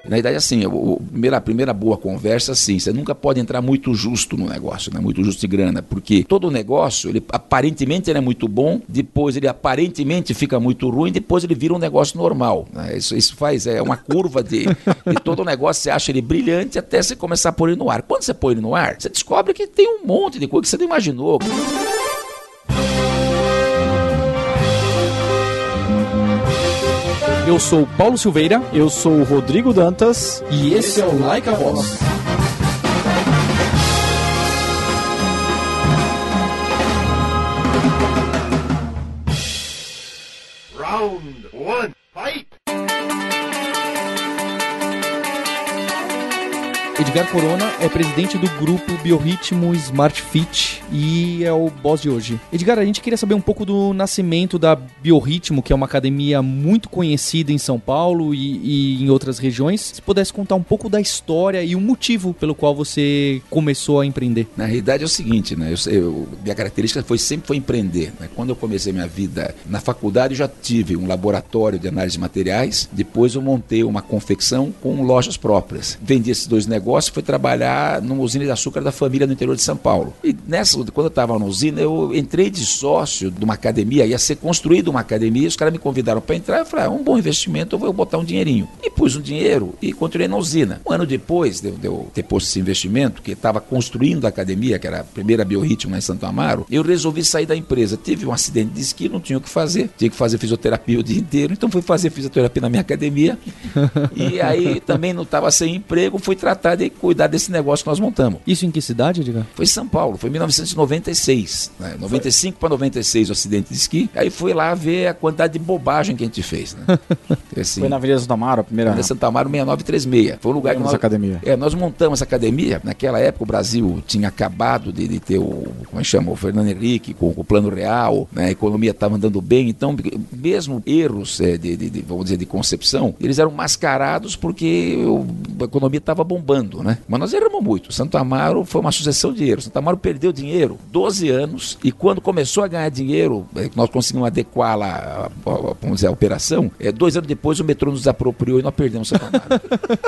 Na verdade, assim, a primeira boa conversa, assim, você nunca pode entrar muito justo no negócio, né? Muito justo de grana, porque todo negócio, ele aparentemente ele é muito bom, depois ele aparentemente fica muito ruim, depois ele vira um negócio normal, né? Isso faz, é uma curva de todo negócio, você acha ele brilhante até você começar a pôr ele no ar. Quando você põe ele no ar, você descobre que tem um monte de coisa que você não imaginou. Eu sou o Paulo Silveira. Eu sou o Rodrigo Dantas. E esse é o Like a Voz. Round 1, fight! Edgar Corona é presidente do grupo Biorritmo Smart Fit e é o boss de hoje. Edgar, a gente queria saber um pouco do nascimento da Biorritmo, que é uma academia muito conhecida em São Paulo e em outras regiões. Se pudesse contar um pouco da história e o motivo pelo qual você começou a empreender. Na realidade é o seguinte, né? Minha característica sempre foi empreender, né? Quando eu comecei minha vida na faculdade, eu já tive um laboratório de análise de materiais. Depois eu montei uma confecção com lojas próprias. Vendi esses dois negócios, fui trabalhar numa usina de açúcar da família no interior de São Paulo. E quando eu estava na usina, eu entrei de sócio de uma academia, ia ser construída uma academia, os caras me convidaram para entrar, eu falei, um bom investimento, eu vou botar um dinheirinho. E pus um dinheiro e continuei na usina. Um ano depois de eu ter posto esse investimento, que estava construindo a academia, que era a primeira Biorritmo lá em Santo Amaro, eu resolvi sair da empresa. Tive um acidente de esqui, não tinha o que fazer, tinha que fazer fisioterapia o dia inteiro, então fui fazer fisioterapia na minha academia. E aí também não estava sem emprego, fui tratar de cuidar desse negócio que nós montamos. Isso em que cidade, Edgar? Foi em São Paulo, foi em 1996, né? 95 para 96 o acidente de esqui, aí fui lá ver a quantidade de bobagem que a gente fez, né? Assim, foi na Avenida Santo Amaro, a primeira... Avenida Santo Amaro 6936, foi um lugar que nós... academia. Nós montamos essa academia, naquela época o Brasil tinha acabado de ter o Fernando Henrique com o Plano Real, né? A economia estava andando bem, então mesmo erros vamos dizer, de concepção, eles eram mascarados porque a economia estava bombando, né? Mas nós erramos muito. Santo Amaro foi uma sucessão de erros. Santo Amaro perdeu dinheiro 12 anos e quando começou a ganhar dinheiro, nós conseguimos adequar lá, vamos dizer, a operação, 2 anos depois o metrô nos desapropriou e nós perdemos Santo Amaro.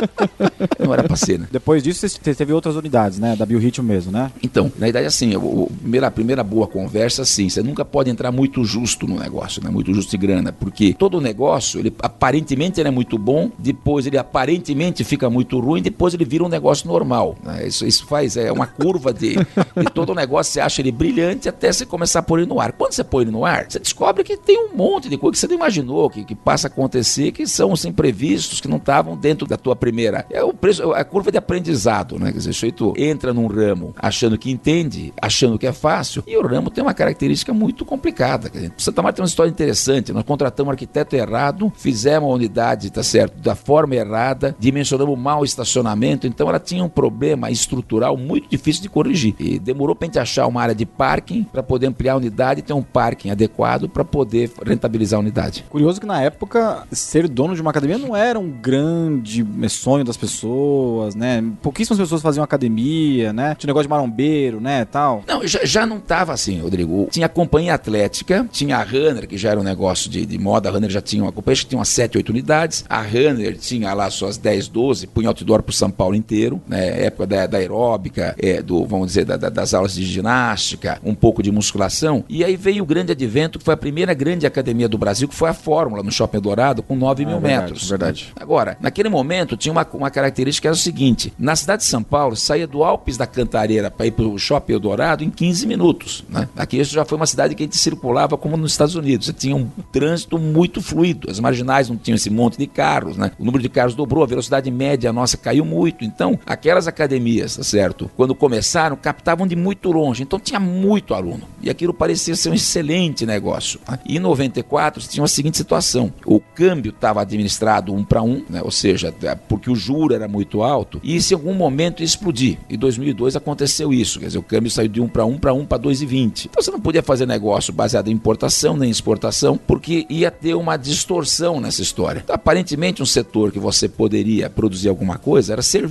Não era para ser, né? Depois disso você teve outras unidades, né? Da Biorritmo mesmo, né? Então, na verdade assim, a primeira boa conversa, assim, você nunca pode entrar muito justo no negócio, né? Muito justo de grana, porque todo negócio, ele aparentemente ele é muito bom, depois ele aparentemente fica muito ruim, depois ele vira um negócio normal, né? Isso faz, é uma curva de todo negócio, você acha ele brilhante até você começar a pôr ele no ar. Quando você põe ele no ar, você descobre que tem um monte de coisa que você não imaginou, que passa a acontecer, que são os imprevistos, que não estavam dentro da tua primeira. A curva de aprendizado, né? Quer dizer, isso aí tu entra num ramo achando que entende, achando que é fácil, e o ramo tem uma característica muito complicada. Quer dizer, Santo Amaro tem uma história interessante, nós contratamos um arquiteto errado, fizemos a unidade, tá certo, da forma errada, dimensionamos mal o estacionamento, então ela tinha um problema estrutural muito difícil de corrigir. E demorou pra gente achar uma área de parking para poder ampliar a unidade e ter um parking adequado para poder rentabilizar a unidade. Curioso que na época, ser dono de uma academia não era um grande sonho das pessoas, né? Pouquíssimas pessoas faziam academia, né? Tinha negócio de marombeiro, né, tal. Não, já não tava assim, Rodrigo. Tinha a companhia atlética, tinha a Runner, que já era um negócio de moda. A Runner já tinha uma companhia, que tinha umas 7, 8 unidades. A Runner tinha lá suas 10, 12, punha outdoor pro São Paulo inteiro, né? Época da aeróbica, vamos dizer, das aulas de ginástica, um pouco de musculação. E aí veio o grande advento, que foi a primeira grande academia do Brasil, que foi a Fórmula, no Shopping Dourado, com 9 mil metros. Verdade. Agora, naquele momento, tinha uma característica que era o seguinte: na cidade de São Paulo, saía do Alpes da Cantareira para ir para o Shopping Eldorado em 15 minutos. Né? Aqui isso já foi uma cidade que a gente circulava como nos Estados Unidos. Você tinha um trânsito muito fluido. As marginais não tinham esse monte de carros, né? O número de carros dobrou, a velocidade média nossa caiu muito. Então, aquelas academias, tá certo? Quando começaram, captavam de muito longe. Então, tinha muito aluno. E aquilo parecia ser um excelente negócio. Né? E em 94, tinha a seguinte situação: o câmbio estava administrado 1 para 1, né? Ou seja, porque o juro era muito alto, e se em algum momento ia explodir. Em 2002 aconteceu isso, quer dizer, o câmbio saiu de 1 para 2,20. Então você não podia fazer negócio baseado em importação nem exportação, porque ia ter uma distorção nessa história. Então, aparentemente, um setor que você poderia produzir alguma coisa era serviço.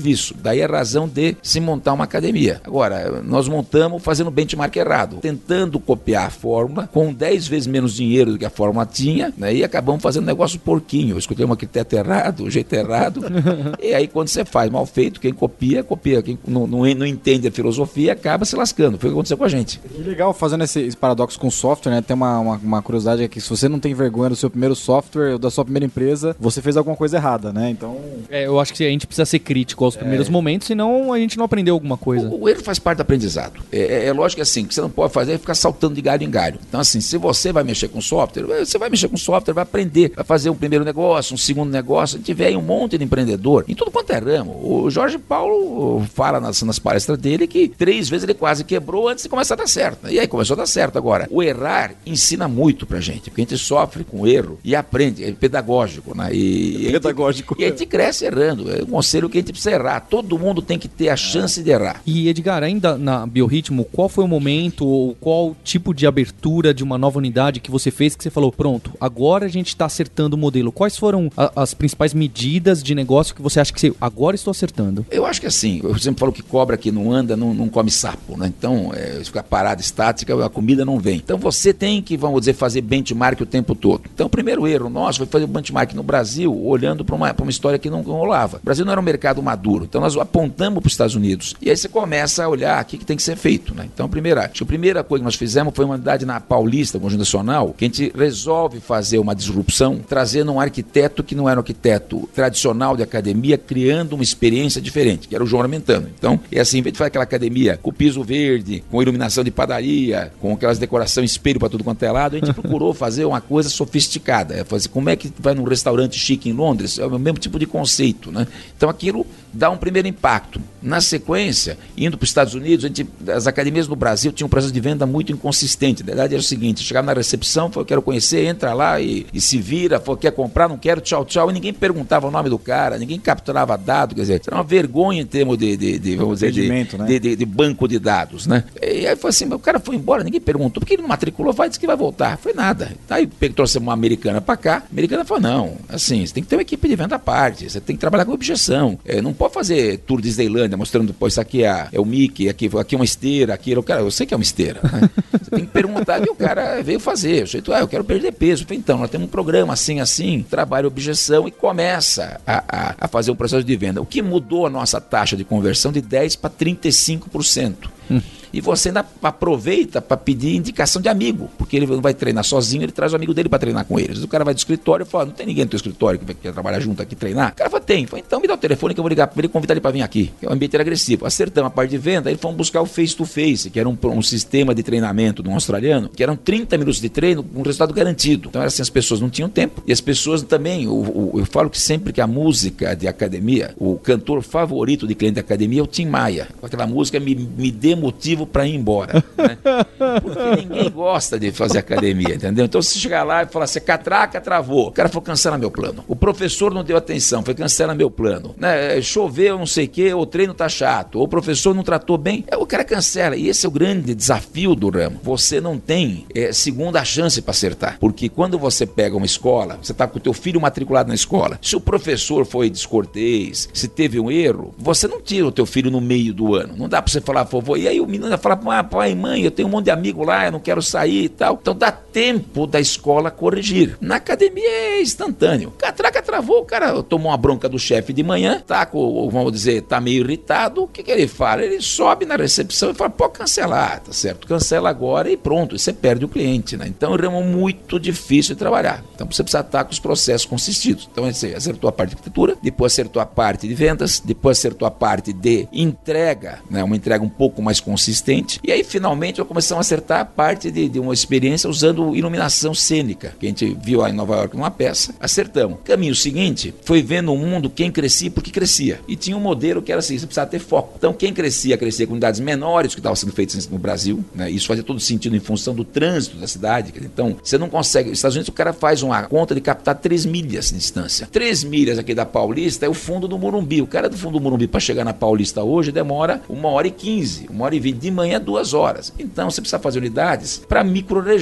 serviço. Daí a razão de se montar uma academia. Agora, nós montamos fazendo benchmark errado, tentando copiar a fórmula com 10 vezes menos dinheiro do que a fórmula tinha, né? E acabamos fazendo um negócio porquinho. Eu escutei um arquiteto errado, o jeito errado. E aí, quando você faz mal feito, quem copia, copia. Quem não entende a filosofia acaba se lascando. Foi o que aconteceu com a gente. Que legal, fazendo esse paradoxo com software, né? Tem uma curiosidade aqui, se você não tem vergonha do seu primeiro software ou da sua primeira empresa, você fez alguma coisa errada, né? Então... eu acho que a gente precisa ser crítico aos primeiros momentos, senão a gente não aprendeu alguma coisa. O erro faz parte do aprendizado. É lógico que assim, o que você não pode fazer é ficar saltando de galho em galho. Então assim, se você vai mexer com software, você vai mexer com software, vai aprender, vai fazer um primeiro negócio, um segundo negócio. A gente vê aí um monte de empreendedor, em tudo quanto é ramo. O Jorge Paulo fala nas palestras dele que 3 vezes ele quase quebrou antes de começar a dar certo. E aí começou a dar certo. Agora, o errar ensina muito pra gente, porque a gente sofre com erro e aprende, é pedagógico, né? Pedagógico. E a gente cresce errando. É um conselho que a gente precisa errar. Todo mundo tem que ter a chance de errar. E Edgar, ainda na Biorritmo, qual foi o momento ou qual tipo de abertura de uma nova unidade que você fez que você falou, pronto, agora a gente está acertando o modelo? Quais foram as principais medidas de negócio que você acha que agora estou acertando? Eu acho que assim, eu sempre falo que cobra que não anda, não come sapo, né? Então, se ficar parada, estática, a comida não vem. Então você tem que, vamos dizer, fazer benchmark o tempo todo. Então o primeiro erro nosso foi fazer o benchmark no Brasil, olhando para uma história que não rolava. O Brasil não era um mercado maduro, então nós apontamos para os Estados Unidos. E aí você começa a olhar o que tem que ser feito, né? Então, acho que a primeira coisa que nós fizemos foi uma unidade na Paulista, Conjunto Nacional, que a gente resolve fazer uma disrupção, trazendo um arquiteto que não era um arquiteto tradicional de academia, criando uma experiência diferente, que era o João Armentano. Então, é assim, em vez de fazer aquela academia com piso verde, com iluminação de padaria, com aquelas decorações espelho para tudo quanto é lado, a gente procurou fazer uma coisa sofisticada. Fazer como é que vai num restaurante chique em Londres? É o mesmo tipo de conceito, né? Então, aquilo dá um primeiro impacto. Na sequência, indo para os Estados Unidos, as academias no Brasil tinham um processo de venda muito inconsistente. Na verdade, era o seguinte, chegava na recepção, falou, quero conhecer, entra lá e se vira, falou, quer comprar, não quero, tchau, tchau, e ninguém perguntava o nome do cara, ninguém capturava dado, quer dizer, era uma vergonha em termos vamos dizer, né? de banco de dados, né? E aí foi assim, o cara foi embora, ninguém perguntou, por que ele não matriculou? Vai, disse que vai voltar. Foi nada. Aí trouxe uma americana para cá, a americana falou, não, assim, você tem que ter uma equipe de venda à parte, você tem que trabalhar com objeção, não pode fazer tour Disneylândia, mostrando, pô, isso aqui é o Mickey, aqui é uma esteira, aquilo, cara, eu sei que é uma esteira, né? Você tem que perguntar, e o cara veio fazer, eu quero perder peso. Eu falei, então, nós temos um programa assim, trabalha objeção e começa a fazer um processo de venda. O que mudou a nossa taxa de conversão de 10% para 35%. E você ainda aproveita para pedir indicação de amigo, porque ele não vai treinar sozinho, ele traz o amigo dele para treinar com ele. Às vezes o cara vai do escritório e fala, não tem ninguém no teu escritório que quer trabalhar junto aqui, treinar? O cara fala, tem. Fala, então me dá o telefone que eu vou ligar para ele e convidar ele para vir aqui. O ambiente era agressivo. Acertamos a parte de venda, aí fomos buscar o face-to-face, que era um sistema de treinamento de um australiano, que eram 30 minutos de treino com um resultado garantido. Então era assim, as pessoas não tinham tempo. E as pessoas também, eu falo que sempre que a música de academia, o cantor favorito de cliente de academia é o Tim Maia. Aquela música me dê motivo para ir embora, né? Porque ninguém gosta de fazer academia, entendeu? Então se chegar lá e falar assim, catraca, travou, o cara falou, cancela meu plano, o professor não deu atenção, foi cancela meu plano, né? Choveu, não sei o que, o treino tá chato, ou o professor não tratou bem, o cara cancela. E esse é o grande desafio do ramo. Você não tem segunda chance para acertar, porque quando você pega uma escola, você tá com o teu filho matriculado na escola, se o professor foi descortês, se teve um erro, você não tira o teu filho no meio do ano, não dá para você falar, vovô, e aí o menino vai falar, pai, mãe, eu tenho um monte de amigo lá, eu não quero sair e tal. Então dá tempo da escola corrigir. Na academia é instantâneo. Catraca travou, o cara tomou uma bronca do chefe de manhã, tá com, vamos dizer, tá meio irritado. O que ele fala? Ele sobe na recepção e fala, pode cancelar, tá certo? Cancela agora e pronto, e você perde o cliente, né? Então é um ramo muito difícil de trabalhar. Então você precisa estar com os processos consistidos. Então você acertou a parte de arquitetura, depois acertou a parte de vendas, depois acertou a parte de entrega, né? Uma entrega um pouco mais consistente. E aí, finalmente, começamos a acertar a parte de uma experiência usando iluminação cênica, que a gente viu lá em Nova York numa peça. Acertamos. Caminho seguinte, foi vendo o mundo quem crescia e por que crescia. E tinha um modelo que era assim, você precisava ter foco. Então, quem crescia com unidades menores, que estavam sendo feitas no Brasil, né? Isso fazia todo sentido em função do trânsito da cidade. Então, você não consegue... Nos Estados Unidos, o cara faz uma conta de captar 3 milhas de distância. 3 milhas aqui da Paulista é o fundo do Morumbi. O cara do fundo do Morumbi, para chegar na Paulista hoje, demora 1h15, 1h20 de manhã, 2 horas. Então, você precisa fazer unidades para micro-região. Essas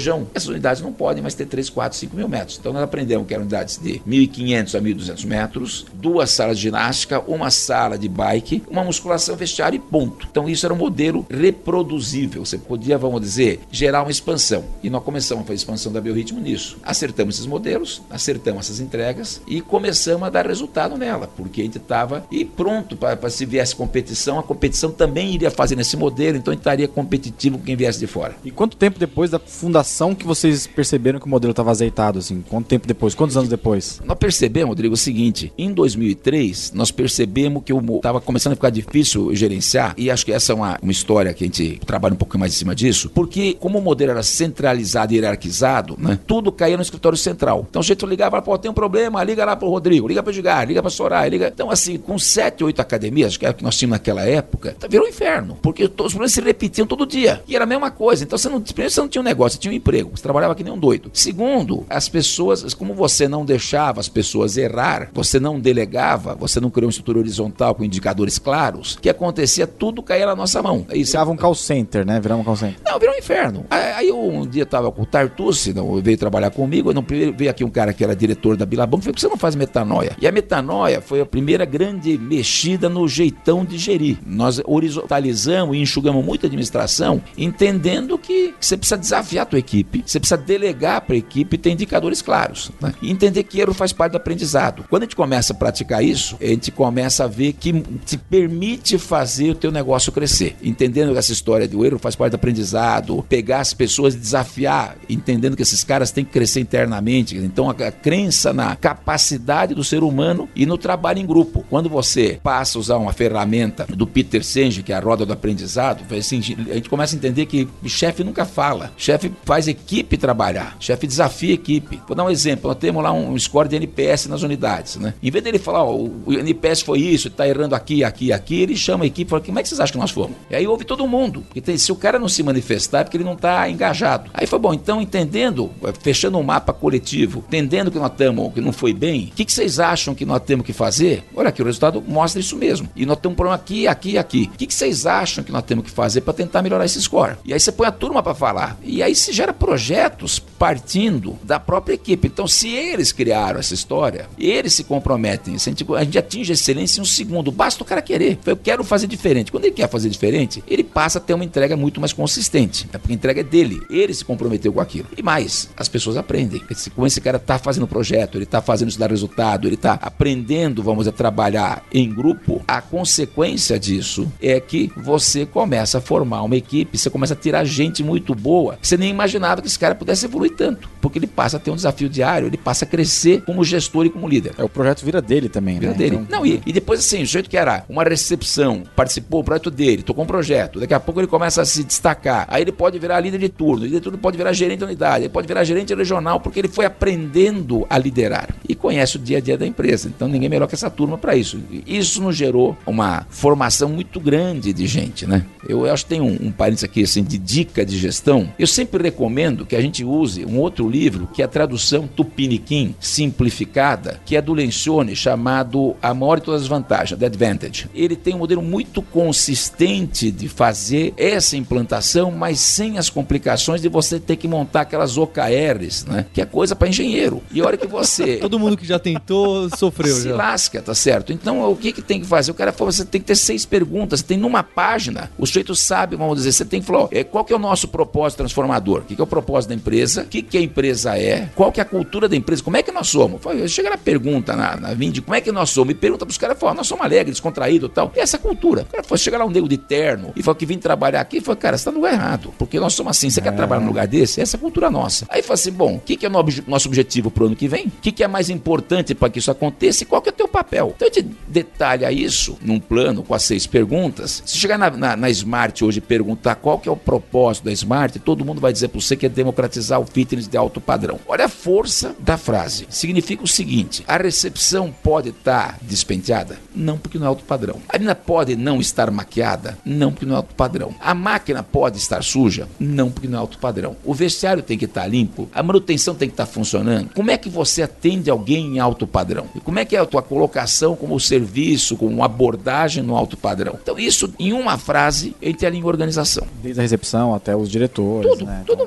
essas unidades não podem mais ter 3, 4, 5 mil metros. Então nós aprendemos que eram unidades de 1.500 a 1.200 metros, 2 salas de ginástica, uma sala de bike, uma musculação, vestiário e ponto. Então isso era um modelo reproduzível. Você podia, vamos dizer, gerar uma expansão. E nós começamos a fazer expansão da Biorritmo nisso. Acertamos esses modelos, acertamos essas entregas e começamos a dar resultado nela, porque a gente estava pronto para se viesse competição, a competição também iria fazer nesse modelo, então a gente estaria competitivo com quem viesse de fora. E quanto tempo depois da fundação que vocês perceberam que o modelo estava azeitado, assim? Quanto tempo depois? Quantos anos depois? Nós percebemos, Rodrigo, o seguinte, em 2003, nós percebemos que estava começando a ficar difícil gerenciar, e acho que essa é uma história que a gente trabalha um pouco mais em cima disso, porque como o modelo era centralizado e hierarquizado, né, tudo caía no escritório central. Então o jeito ligava, pô, tem um problema, liga lá pro Rodrigo, liga pro Edgar, liga pra Soraya, liga... Então assim, com 7, 8 academias, que era o que nós tínhamos naquela época, virou um inferno, porque os problemas se repetiam todo dia, e era a mesma coisa. Então primeiro você não tinha um negócio, você tinha um emprego, você trabalhava que nem um doido. Segundo, as pessoas, como você não deixava as pessoas errar, você não delegava, você não criou uma estrutura horizontal com indicadores claros, o que acontecia, tudo caía na nossa mão. Aí virava um call center, né? Virava um call center. Não, virou um inferno. Aí eu um dia estava com o Tartucci, veio trabalhar comigo, veio aqui um cara que era diretor da Billabong, falei, por que você não faz metanoia? E a metanoia foi a primeira grande mexida no jeitão de gerir. Nós horizontalizamos e enxugamos muita administração, entendendo que você precisa desafiar a tua equipe, você precisa delegar para a equipe e ter indicadores claros, né? E entender que erro faz parte do aprendizado. Quando a gente começa a praticar isso, a gente começa a ver que te permite fazer o teu negócio crescer. Entendendo que essa história do erro faz parte do aprendizado, pegar as pessoas e desafiar, entendendo que esses caras têm que crescer internamente. Então a crença na capacidade do ser humano e no trabalho em grupo. Quando você passa a usar uma ferramenta do Peter Senge, que é a roda do aprendizado, assim, a gente começa a entender que o chefe nunca fala, chefe faz equipe trabalhar, chefe desafia a equipe. Vou dar um exemplo, nós temos lá um score de NPS nas unidades, né? Em vez dele falar, o NPS foi isso, está errando aqui, ele chama a equipe e fala, como é que vocês acham que nós fomos? E aí ouve todo mundo, porque se o cara não se manifestar é porque ele não está engajado. Aí foi bom, então entendendo, fechando um mapa coletivo, entendendo que nós estamos, que não foi bem, o que vocês acham que nós temos que fazer? Olha aqui, o resultado mostra isso mesmo. E nós temos um problema aqui. O que vocês acham que nós temos que fazer para tentar melhorar esse score? E aí você põe a turma para falar. E aí se gera projetos partindo da própria equipe. Então, se eles criaram essa história, eles se comprometem. A gente atinge a excelência em um segundo. Basta o cara querer. Eu quero fazer diferente. Quando ele quer fazer diferente, ele passa a ter uma entrega muito mais consistente. Porque a entrega é dele. Ele se comprometeu com aquilo. E mais, as pessoas aprendem. Como esse cara está fazendo projeto, ele está fazendo isso dar resultado, ele está aprendendo, vamos dizer, trabalhar em grupo, a consequência disso é que você começa a formar uma equipe, você começa a tirar gente muito boa, que você nem imaginava que esse cara pudesse evoluir tanto, porque ele passa a ter um desafio diário, ele passa a crescer como gestor e como líder. O projeto vira dele também, vira né? Dele. Então... Não, e depois assim, o jeito que era uma recepção, participou do projeto dele, tocou um projeto, daqui a pouco ele começa a se destacar, aí ele pode virar líder de turno, líder de turno pode virar gerente da unidade, ele pode virar gerente regional, porque ele foi aprendendo a liderar e conhece o dia a dia da empresa. Então ninguém melhor que essa turma para isso. Isso nos gerou uma formação muito grande de gente, né? Eu acho que tem um parênteses aqui assim, de dica de gestão. Eu sempre recomendo que a gente use um outro livro, que é a tradução Tupiniquim simplificada, que é do Lencioni, chamado A Maior de Todas as Vantagens, The Advantage. Ele tem um modelo muito consistente de fazer essa implantação, mas sem as complicações de você ter que montar aquelas OKRs, né? Que é coisa para engenheiro. E a hora que você... Todo mundo que já tentou sofreu. Se lasca, tá certo? Então, o que tem que fazer? O cara falou, você tem que ter 6 perguntas, tem numa página, o sujeito sabe, vamos dizer, você tem que falar, qual que é o nosso propósito transformador? O que é o propósito da empresa? O que a empresa é? Qual que é a cultura da empresa? Como é que nós somos? Chega na pergunta, na Vindi, como é que nós somos? E pergunta pros caras, nós somos alegres, descontraídos e tal. E essa cultura. O cara falou, chega lá um nego de terno e falou que vim trabalhar aqui, falou, cara, você tá no lugar errado, porque nós somos assim, você quer trabalhar num lugar desse? Essa é a cultura nossa. Aí fala assim, bom, o que é o nosso objetivo pro ano que vem? O que é mais importante para que isso aconteça e qual que é o teu papel? Então a gente detalha isso num plano com as 6 perguntas. Se chegar na Smart hoje e perguntar qual que é o propósito da Smart, todo mundo vai dizer para você que é democratizar o fitness de alto padrão. Olha a força da frase. Significa o seguinte, a recepção pode estar despenteada? Não, porque não é alto padrão. A menina pode não estar maquiada? Não, porque não é alto padrão. A máquina pode estar suja? Não, porque não é alto padrão. O vestiário tem que estar limpo? A manutenção tem que estar funcionando? Como é que você atende alguém em alto padrão? E como é que é a tua colocação como serviço, como abordagem no alto padrão? Então isso, em uma frase, a gente alinha a organização. Desde a recepção até os diretores, tudo, né? Todo mundo direciona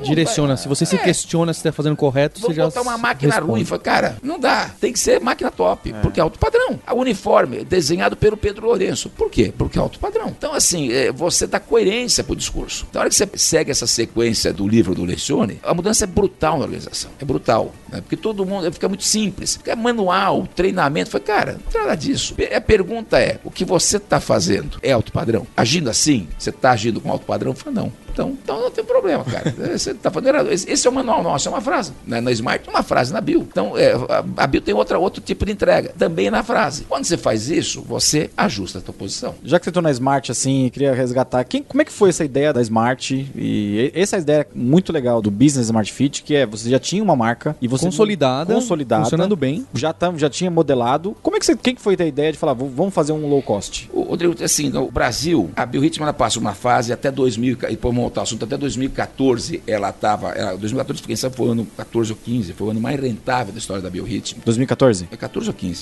questiona. Se você se questiona se está fazendo correto, Vou você já botar uma máquina responde. ruim. Falei, cara, não dá. Tem que ser máquina top, porque é alto padrão. A uniforme, desenhado pelo Pedro Lourenço. Por quê? Porque é alto padrão. Então, assim, você dá coerência pro discurso. Então, na hora que você segue essa sequência do livro do Lencioni, a mudança é brutal na organização. É brutal. Né? Porque todo mundo fica muito simples. Fica manual, treinamento. Falei, cara, não tem nada disso. A pergunta é, o que você está fazendo é alto padrão? Agindo assim, você está agindo com alto padrão? Eu falei, não. Então não tem problema, cara. Você está fazendo errado. Esse é o manual nosso, é uma frase. Na Smart, uma frase na Bio. Então, a Bio tem outro tipo de entrega, também na frase. Quando você faz isso, você ajusta a tua posição. Já que você estou na Smart, assim, queria resgatar, como é que foi essa ideia da Smart? E essa ideia muito legal do Business Smart Fit, que você já tinha uma marca e você consolidada, funcionando bem. Já tinha modelado. Quem que foi a ideia de falar, vamos fazer um low cost? Rodrigo, assim, no Brasil, a Biorritmo ela passou uma fase até 2000, e por montar o assunto, até 2014, ela estava. 2014, quem sabe, foi o ano 14 ou 15, foi o ano mais rentável da história da Biorritmo. 2014? É 14 ou 15.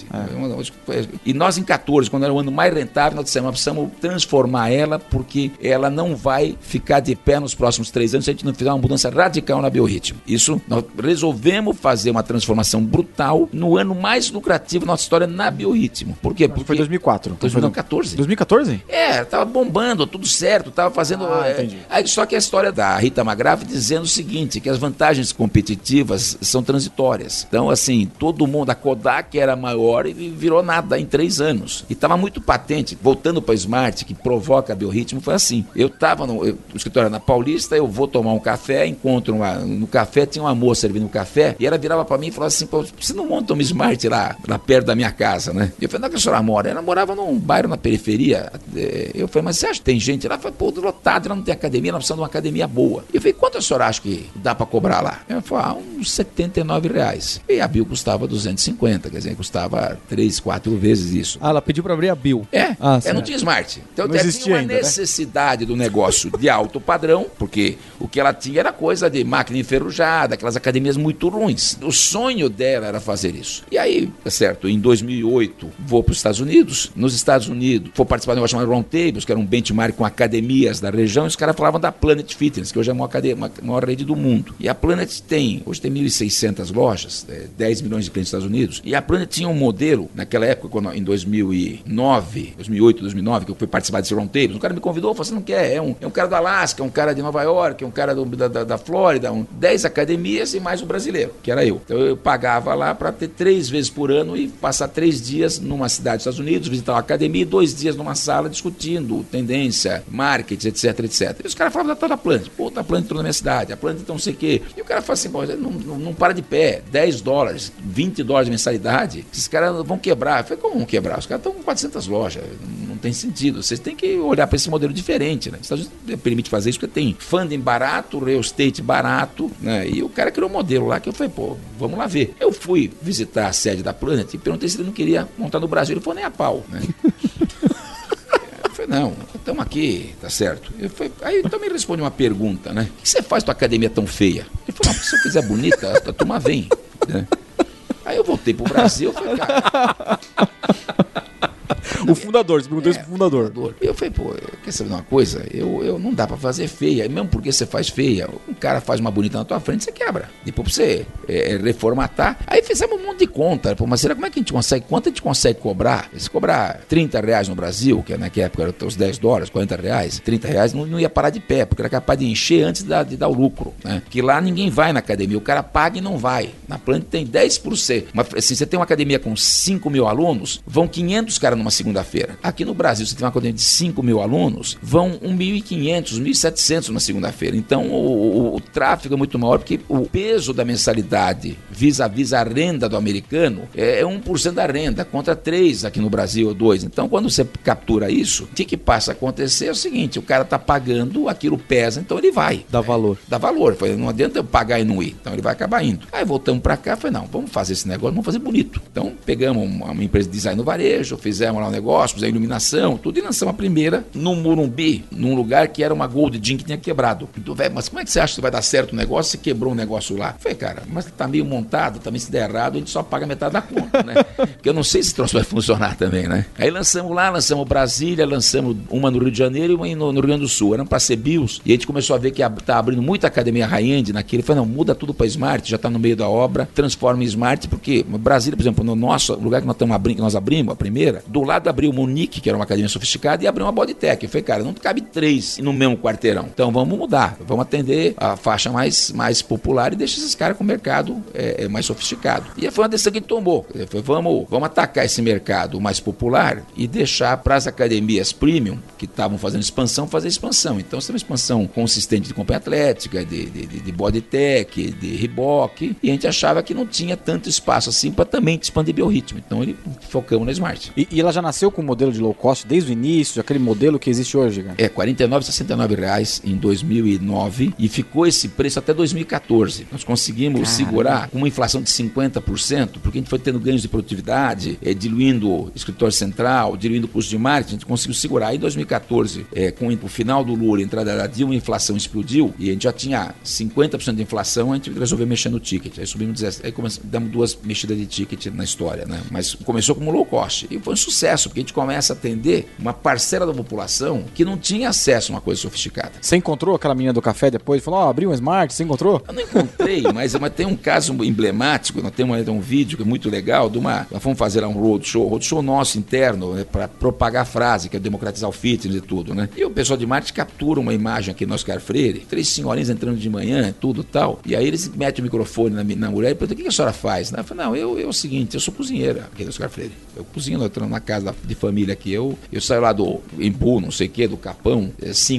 E nós, em 14, quando era o ano mais rentável, nós dissemos, nós precisamos transformar ela, porque ela não vai ficar de pé nos próximos 3 anos se a gente não fizer uma mudança radical na Biorritmo. Isso, nós resolvemos fazer uma transformação brutal no ano mais lucrativo da nossa história na Biorritmo. Por quê? Porque foi 2004. 2014. 2014? Tava bombando, tudo certo, tava fazendo... Entendi. Só que a história da Rita Magrave dizendo o seguinte, que as vantagens competitivas são transitórias. Então, assim, todo mundo, a Kodak era maior e virou nada em 3 anos. E estava muito patente, voltando para a Smart, que provoca a Biorritmo, foi assim. Eu estava no escritório na Paulista, eu vou tomar um café, encontro no café, tinha uma moça servindo um café, e ela virava para mim e falava assim, pô, você não monta uma Smart lá perto da minha casa, né? Eu falei, onde é que a senhora mora? Ela morava num bairro na periferia. Eu falei, mas você acha que tem gente lá? Ela falou, pô, lotado, ela não tem academia, ela precisa de uma academia boa. Eu falei, quanto a senhora acha que dá para cobrar lá? Ela falou, uns R$79. E a Bio custava 250, quer dizer, custava 3, 4 vezes isso. Ela pediu para abrir a Bio. Não tinha Smart. Então não tinha uma ainda, necessidade do negócio de alto padrão, porque o que ela tinha era coisa de máquina enferrujada, aquelas academias muito ruins. O sonho dela era fazer isso. E aí, tá certo, em 2008, vou para os Estados Unidos. Nos Estados Unidos, vou participar de um negócio chamado Roundtables, que era um benchmark com academias da região, e os caras falavam da Planet Fitness, que hoje é a maior rede do mundo. E a Planet hoje tem 1.600 lojas, 10 milhões de clientes nos Estados Unidos, e a Planet tinha um modelo, naquela época, em 2008, 2009, que eu fui participar desse Roundtables, um cara me convidou, falou, você não quer? É um cara do Alasca, um cara de Nova York, um cara da Flórida, 10 academias e mais o brasileiro, que era eu. Então eu pagava lá para ter 3 vezes por ano e passar 3 dias numa cidade dos Estados Unidos, visitar uma academia e 2 dias numa sala discutindo tendência, marketing, etc, etc. E os caras falavam da tal da Planet. Pô, a Planet entrou na minha cidade, a Planet então não sei o quê. E o cara fala assim, pô, não para de pé, $10, $20 de mensalidade, esses caras vão quebrar. Eu falei, como vão quebrar? Os caras estão com 400 lojas, não tem sentido. Vocês têm que olhar para esse modelo diferente, né? Os Estados Unidos permite fazer isso porque tem funding barato, real estate barato, né? E o cara criou um modelo lá que eu falei, pô, vamos lá ver. Eu fui visitar a sede da Planet e perguntei se ele não queria montar no Brasil. Ele falou, nem a pau, né? Eu falei, não, estamos aqui, tá certo. Aí então me responde uma pergunta, né? O que você faz tua academia tão feia? Ele falou, não, se eu fizer bonita, a turma vem, né? Aí eu voltei pro Brasil, falei, cara... O fundador, você perguntou isso pro fundador. Eu falei, pô, quer saber de uma coisa? Eu não dá pra fazer feia, mesmo porque você faz feia, um cara faz uma bonita na tua frente, você quebra. Depois pra você reformatar. Aí fizemos um monte de conta. Pô, mas será como é que a gente consegue? Quanto a gente consegue cobrar? Se cobrar R$30 no Brasil, que naquela época era os $10, R$40, R$30, não ia parar de pé, porque era capaz de encher antes de dar o lucro, né? Porque lá ninguém vai na academia, o cara paga e não vai. Na Planet tem 10%. Se você tem uma academia com 5 mil alunos, vão 500 caras numa segunda-feira. Aqui no Brasil, se tem uma academia de 5 mil alunos, vão 1.500, 1.700 na segunda-feira. Então, o tráfego é muito maior, porque o peso da mensalidade vis-a-vis a renda do americano é 1% da renda, contra 3% aqui no Brasil, ou 2%. Então, quando você captura isso, o que passa a acontecer é o seguinte, o cara está pagando, aquilo pesa, então ele vai. Dá valor. Dá valor. Não adianta eu pagar e não ir. Então, ele vai acabar indo. Aí, voltamos para cá, falei, não, vamos fazer esse negócio, vamos fazer bonito. Então, pegamos uma empresa de design no varejo, fizemos lá um negócio negócio, fizemos a iluminação, tudo, e lançamos a primeira no Morumbi, num lugar que era uma Gold Gym que tinha quebrado. Então, velho, mas como é que você acha que vai dar certo o negócio se quebrou um negócio lá? Eu falei, cara, mas tá meio montado, também se der errado, a gente só paga metade da conta, né? Porque eu não sei se esse troço vai funcionar também, né? Aí lançamos lá, lançamos Brasília, lançamos uma no Rio de Janeiro e uma no Rio Grande do Sul. Eram para ser BIOS, e a gente começou a ver que tá abrindo muita academia high-end naquele. Falei, não, muda tudo para Smart, já tá no meio da obra, transforma em Smart, porque Brasília, por exemplo, no nosso lugar que nós abrimos, a primeira, do lado abriu o Monique, que era uma academia sofisticada, e abriu uma Bodytech. Eu falei, cara, não cabe 3 no mesmo quarteirão. Então vamos mudar, vamos atender a faixa mais popular e deixar esses caras com o mercado mais sofisticado. E foi uma decisão que a gente tomou. Foi, vamos atacar esse mercado mais popular e deixar para as academias premium, que estavam fazendo expansão, fazer expansão. Então, você tem uma expansão consistente de companhia atlética, de Bodytech, de Reebok, e a gente achava que não tinha tanto espaço assim para também expandir biorritmo. Então, focamos na Smart. E ela já nasceu com o modelo de low cost desde o início, aquele modelo que existe hoje, cara? R$ 49,69 reais em 2009 e ficou esse preço até 2014. Nós conseguimos segurar com uma inflação de 50%, porque a gente foi tendo ganhos de produtividade, diluindo o escritório central, diluindo o custo de marketing, a gente conseguiu segurar. Aí em 2014, com o final do Lula, a entrada da Dilma, a inflação explodiu e a gente já tinha 50% de inflação, a gente resolveu mexer no ticket. Aí subimos 17%, aí damos 2 mexidas de ticket na história, né? Mas começou como low cost e foi um sucesso, porque a gente começa a atender uma parcela da população que não tinha acesso a uma coisa sofisticada. Você encontrou aquela menina do café depois? Falou, abriu um Smart, você encontrou? Eu não encontrei, mas tem um caso emblemático, nós temos um vídeo que é muito legal, nós fomos fazer lá um roadshow nosso interno, né, para propagar a frase, que é democratizar o fitness e tudo, né? E o pessoal de marketing captura uma imagem aqui no Oscar Freire, 3 senhorinhas entrando de manhã, tudo tal, e aí eles metem o microfone na mulher e perguntam, o que a senhora faz? Eu falei, não, eu é o seguinte, eu sou cozinheira aqui no Oscar Freire, eu cozinho, eu entro na casa de família aqui, eu saio lá do Embu, não sei o que, do Capão,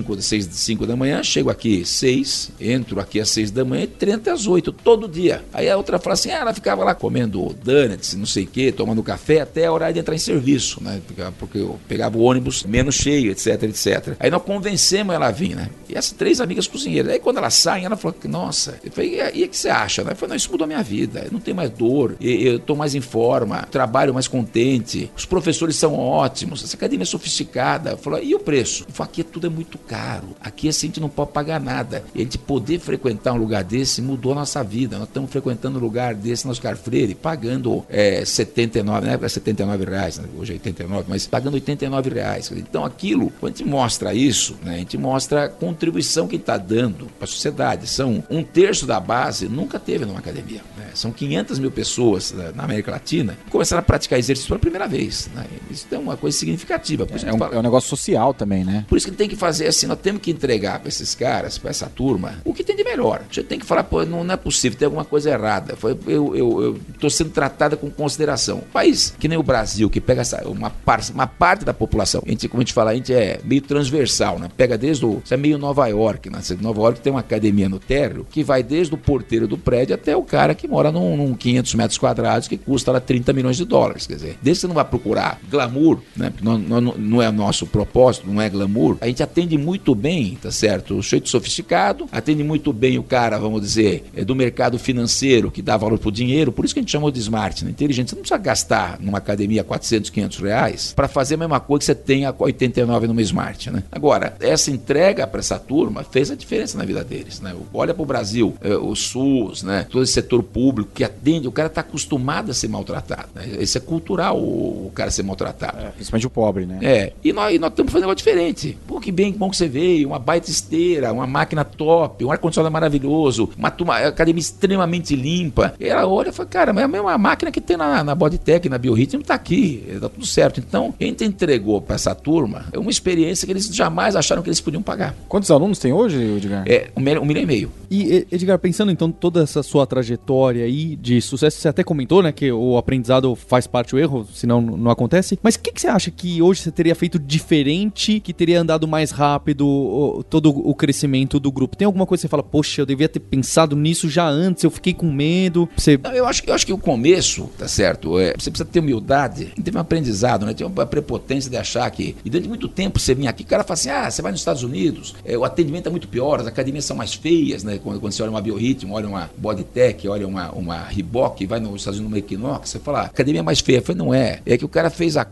5 da manhã, chego aqui 6, entro aqui às 6 da manhã e treino até às 8, todo dia. Aí a outra fala assim, ela ficava lá comendo donuts, não sei o que, tomando café até a hora de entrar em serviço, né? Porque eu pegava o ônibus menos cheio, etc, etc. Aí nós convencemos ela a vir, né? E essas 3 amigas cozinheiras. Aí quando elas saem, ela falou, nossa, eu falei, e o que você acha? Né? Eu falei, não, isso mudou a minha vida, eu não tenho mais dor, eu estou mais em forma, trabalho mais contente, os professores são ótimos, essa academia é sofisticada. Eu falei, e o preço? Eu falei, aqui tudo é muito caro, aqui assim, a gente não pode pagar nada. E a gente poder frequentar um lugar desse mudou a nossa vida. Nós estamos frequentando um lugar desse no Oscar Freire, pagando 79, na época é 79 reais, né? Hoje é 89, mas pagando 89 reais. Então aquilo, quando a gente mostra isso, né, a gente mostra a contribuição que está dando para a sociedade. São 1/3 da base, nunca teve numa academia. Né? São 500 mil pessoas na América Latina que começaram a praticar exercício pela primeira vez. Né? Isso é uma coisa significativa. É um negócio social também, né? Por isso que tem que fazer assim, nós temos que entregar para esses caras, para essa turma, o que tem de melhor. Você tem que falar, pô, não é possível, tem alguma coisa errada. Eu estou sendo tratada com consideração. Um país que nem o Brasil, que pega uma parte da população, como a gente fala, a gente é meio transversal, né? Pega desde você é meio Nova York, né? Nova York tem uma academia no térreo que vai desde o porteiro do prédio até o cara que mora num 500 metros quadrados que custa lá 30 milhões de dólares. Quer dizer, desde que você não vai procurar glamour, né? Não é o nosso propósito, não é glamour, a gente atende muito bem, tá certo? O jeito sofisticado, atende muito bem o cara, vamos dizer, do mercado financeiro que dá valor pro dinheiro, por isso que a gente chamou de Smart, né? Inteligente. Você não precisa gastar numa academia 400, 500 reais para fazer a mesma coisa que você tem a 89 numa Smart, né? Agora, essa entrega para essa turma fez a diferença na vida deles, né? Olha para o Brasil, o SUS, né? Todo esse setor público que atende, o cara está acostumado a ser maltratado, né? Isso é cultural, o cara ser maltratado. Principalmente o pobre, né? E nós estamos fazendo algo diferente. Pô, que bom que você veio, uma baita esteira, uma máquina top, um ar-condicionado maravilhoso, uma academia extremamente limpa. E ela olha e fala, cara, mas a mesma máquina que tem na Bodytech, na Biorritmo, está aqui, está tudo certo. Então, a gente entregou para essa turma uma experiência que eles jamais acharam que eles podiam pagar. Quantos alunos tem hoje, Edgar? 1,5 milhão. E, Edgar, pensando então toda essa sua trajetória aí de sucesso, você até comentou, né, que o aprendizado faz parte do erro, senão não acontece. Mas o que você acha que hoje você teria feito diferente, que teria andado mais rápido todo o crescimento do grupo? Tem alguma coisa que você fala, poxa, eu devia ter pensado nisso já antes, eu fiquei com medo? Não, eu acho que o começo, tá certo? Você precisa ter humildade. Teve um aprendizado, né? Tem uma prepotência de achar que, e durante muito tempo você vinha aqui, o cara fala assim, você vai nos Estados Unidos, o atendimento é muito pior, as academias são mais feias, né? Quando você olha uma Biorritmo, olha uma Bodytech, olha uma Reebok, vai nos Estados Unidos, numa Equinox, você fala, a academia é mais feia. Eu falei, não é. É que o cara fez a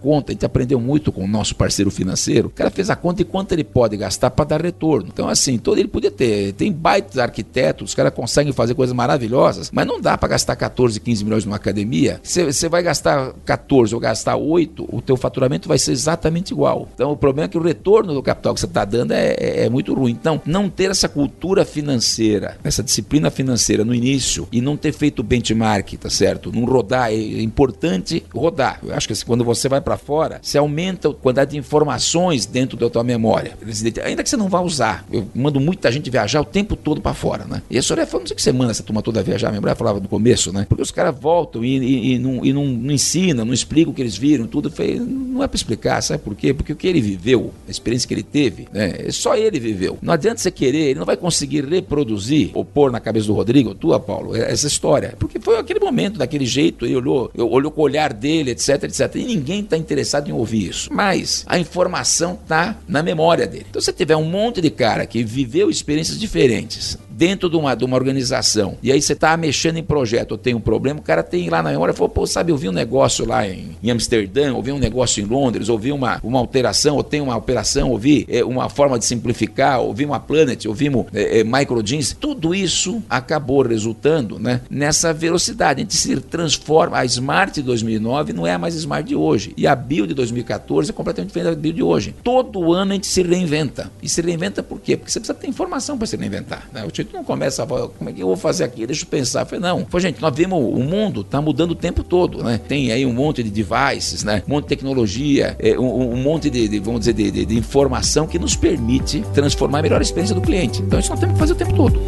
conta, a gente aprendeu muito com o nosso parceiro financeiro, o cara fez a conta de quanto ele pode gastar para dar retorno. Então assim, todo ele podia ter, tem baitas arquitetos, os caras conseguem fazer coisas maravilhosas, mas não dá para gastar 14, 15 milhões numa academia. Você vai gastar 14 ou gastar 8, o teu faturamento vai ser exatamente igual. Então o problema é que o retorno do capital que você está dando é muito ruim. Então, não ter essa cultura financeira, essa disciplina financeira no início e não ter feito benchmark, tá certo? Não rodar, é importante rodar. Eu acho que quando você vai para fora, você aumenta a quantidade de informações dentro da tua memória. Ainda que você não vá usar. Eu mando muita gente viajar o tempo todo para fora, né? E a Soraya falou, não sei que você manda essa turma toda viajar, minha mulher falava no começo, né? Porque os caras voltam e não ensinam, não explicam o que eles viram, tudo. Eu falei, não é para explicar, sabe por quê? Porque o que ele viveu, a experiência que ele teve, né? Só ele viveu. Não adianta você querer, ele não vai conseguir reproduzir ou pôr na cabeça do Rodrigo, tua, Paulo, essa história. Porque foi aquele momento, daquele jeito, ele olhou com o olhar dele, etc, etc. E ninguém está interessado em ouvir isso. Mas a informação está na memória dele. Então, se você tiver um monte de cara que viveu experiências diferentes dentro de uma organização, e aí você está mexendo em projeto, ou tem um problema, o cara tem lá na memória, falou, pô, sabe, eu vi um negócio lá em Amsterdã, ou vi um negócio em Londres, ou vi uma alteração, ou tem uma operação, ou vi uma forma de simplificar, ou vi uma Planet, ou vimos microjeans, tudo isso acabou resultando, né, nessa velocidade, a gente se transforma, a Smart de 2009 não é a mais Smart de hoje, e a Bio de 2014 é completamente diferente da Bio de hoje. Todo ano a gente se reinventa, e se reinventa por quê? Porque você precisa ter informação para se reinventar, né? O não começa a falar, como é que eu vou fazer aqui? Deixa eu pensar. Eu falei, não. Gente, nós vemos o mundo está mudando o tempo todo, né? Tem aí um monte de devices, né? Um monte de tecnologia, um monte vamos dizer, de informação que nos permite transformar a melhor experiência do cliente. Então isso nós temos que fazer o tempo todo.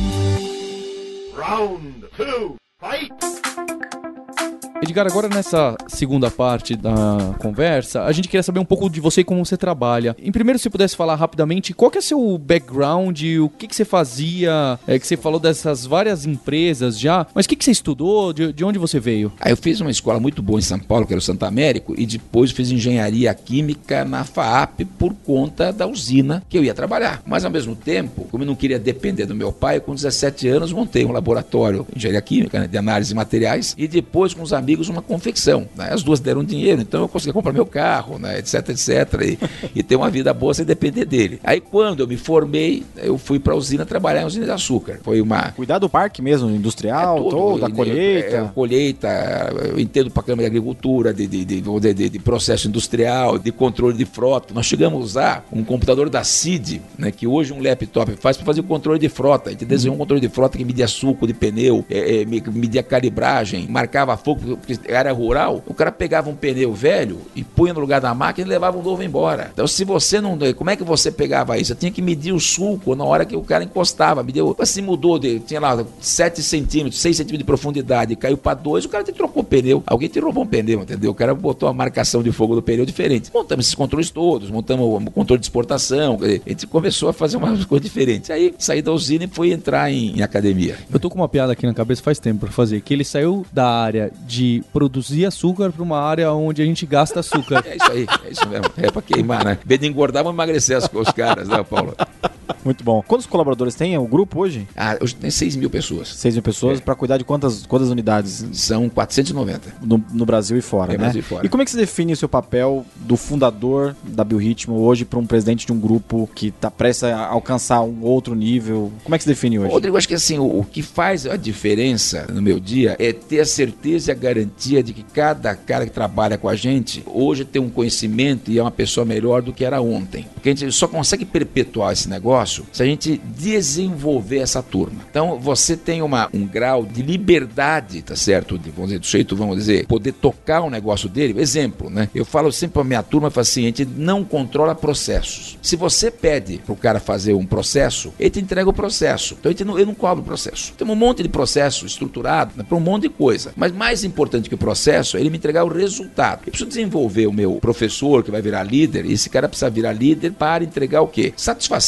Round 2, fight! Edgar, agora nessa segunda parte da conversa, a gente queria saber um pouco de você e como você trabalha. Em primeiro, se você pudesse falar rapidamente, qual que é o seu background, o que você fazia, que você falou dessas várias empresas já, mas o que você estudou, de onde você veio? Eu fiz uma escola muito boa em São Paulo, que era o Santo Américo, e depois fiz engenharia química na FAAP por conta da usina que eu ia trabalhar. Mas ao mesmo tempo, como eu não queria depender do meu pai, com 17 anos montei um laboratório de engenharia química, né, de análise de materiais, e depois com os amigos uma confecção, né? As duas deram dinheiro, então eu consegui comprar meu carro, né? etc, e ter uma vida boa sem depender dele. Aí quando eu me formei, eu fui para a usina trabalhar em usina de açúcar. Foi uma... Cuidar do parque mesmo, industrial, todo, da colheita. Colheita, eu entendo para a Câmara de Agricultura, de processo industrial, de controle de frota. Nós chegamos a usar um computador da CID, né? Que hoje um laptop faz para fazer o controle de frota. A gente desenhou um controle de frota que media suco de pneu, media calibragem, marcava fogo, porque área rural, o cara pegava um pneu velho e punha no lugar da máquina e levava o novo embora. Então, se você não... Como é que você pegava isso? Você tinha que medir o sulco na hora que o cara encostava. Assim, mudou, tinha lá 7 centímetros, 6 centímetros de profundidade, caiu para 2, o cara te trocou o pneu. Alguém te roubou um pneu, entendeu? O cara botou a marcação de fogo do pneu diferente. Montamos esses controles todos, montamos o controle de exportação, a gente começou a fazer umas coisas diferentes. Aí, saí da usina e fui entrar em academia. Eu tô com uma piada aqui na cabeça faz tempo pra fazer, que ele saiu da área de produzir açúcar para uma área onde a gente gasta açúcar. É isso aí, é isso mesmo. É para queimar, né? Em vez de engordar, vamos emagrecer os caras, né, Paulo? Muito bom. Quantos colaboradores tem o grupo hoje? Hoje tem 6 mil pessoas. 6 mil pessoas para cuidar de quantas unidades? São 490. No Brasil e fora, né? Brasil e fora. E como é que você define o seu papel do fundador da Biorritmo hoje para um presidente de um grupo que está prestes a alcançar um outro nível? Como é que se define hoje? Rodrigo, acho que assim, o que faz a diferença no meu dia é ter a certeza e a garantia de que cada cara que trabalha com a gente hoje tem um conhecimento e é uma pessoa melhor do que era ontem. Porque a gente só consegue perpetuar esse negócio se a gente desenvolver essa turma. Então, você tem um grau de liberdade, tá certo? Vamos dizer, do jeito, vamos dizer, poder tocar um negócio dele. Exemplo, né? Eu falo sempre pra minha turma, falo assim, a gente não controla processos. Se você pede pro cara fazer um processo, ele te entrega o processo. Então, eu não cobro o processo. Tem um monte de processo estruturado, né, para um monte de coisa. Mas mais importante que o processo é ele me entregar o resultado. Eu preciso desenvolver o meu professor, que vai virar líder, e esse cara precisa virar líder para entregar o quê? Satisfação de cliente,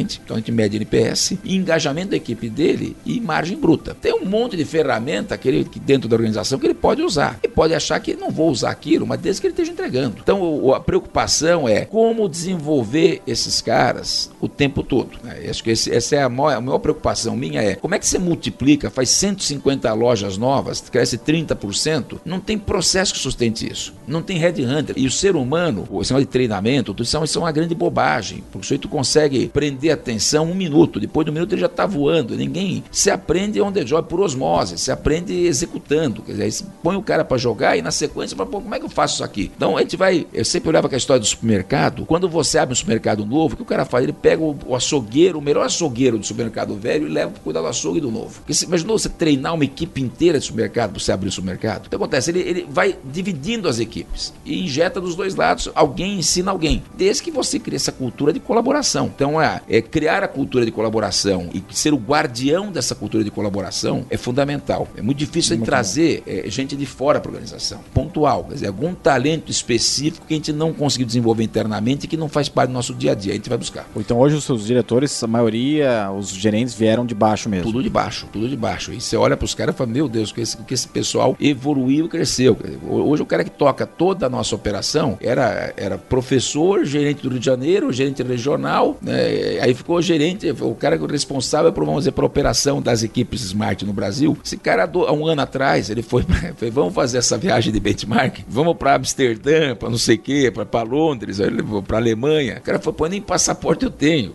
gerente, então a gente mede NPS, e engajamento da equipe dele e margem bruta. Tem um monte de ferramenta que dentro da organização que ele pode usar. Ele pode achar que não vou usar aquilo, mas desde que ele esteja entregando. Então a preocupação é como desenvolver esses caras o tempo todo. Acho que essa é a maior preocupação minha, é como é que você multiplica, faz 150 lojas novas, cresce 30%, não tem processo que sustente isso. Não tem headhunter. E o ser humano, o sistema de treinamento, tudo isso é uma grande bobagem, porque o sujeito consegue prender a atenção 1 minuto, depois de 1 minuto ele já está voando. Ninguém se aprende on the job por osmose, se aprende executando. Quer dizer, aí você põe o cara para jogar e na sequência fala, pô, como é que eu faço isso aqui? Então a gente vai, eu sempre olhava com a história do supermercado, quando você abre um supermercado novo, o que o cara faz? Ele pega o açougueiro, o melhor açougueiro do supermercado velho e leva para cuidar do açougue do novo. Porque imaginou você treinar uma equipe inteira de supermercado para você abrir o supermercado? O que acontece? Ele vai dividindo as equipes e injeta dos dois lados, alguém ensina alguém, desde que você crie essa cultura de colaboração. Então criar a cultura de colaboração e ser o guardião dessa cultura de colaboração é fundamental. É muito difícil de trazer gente de fora para a organização, pontual, quer dizer, algum talento específico que a gente não conseguiu desenvolver internamente e que não faz parte do nosso dia a dia, a gente vai buscar. Então hoje os seus diretores, a maioria, os gerentes vieram de baixo mesmo? Tudo de baixo, tudo de baixo. E você olha para os caras e fala, meu Deus, que esse pessoal evoluiu e cresceu. Hoje o cara que toca toda a nossa operação era professor, gerente do Rio de Janeiro, gerente regional, né? Aí ficou gerente, o cara responsável por, vamos dizer, para a operação das equipes Smart no Brasil. Esse cara, há um ano atrás, ele foi vamos fazer essa viagem de benchmark, vamos para Amsterdã, para não sei o quê, para Londres, para Alemanha. O cara falou, pô, nem passaporte eu tenho.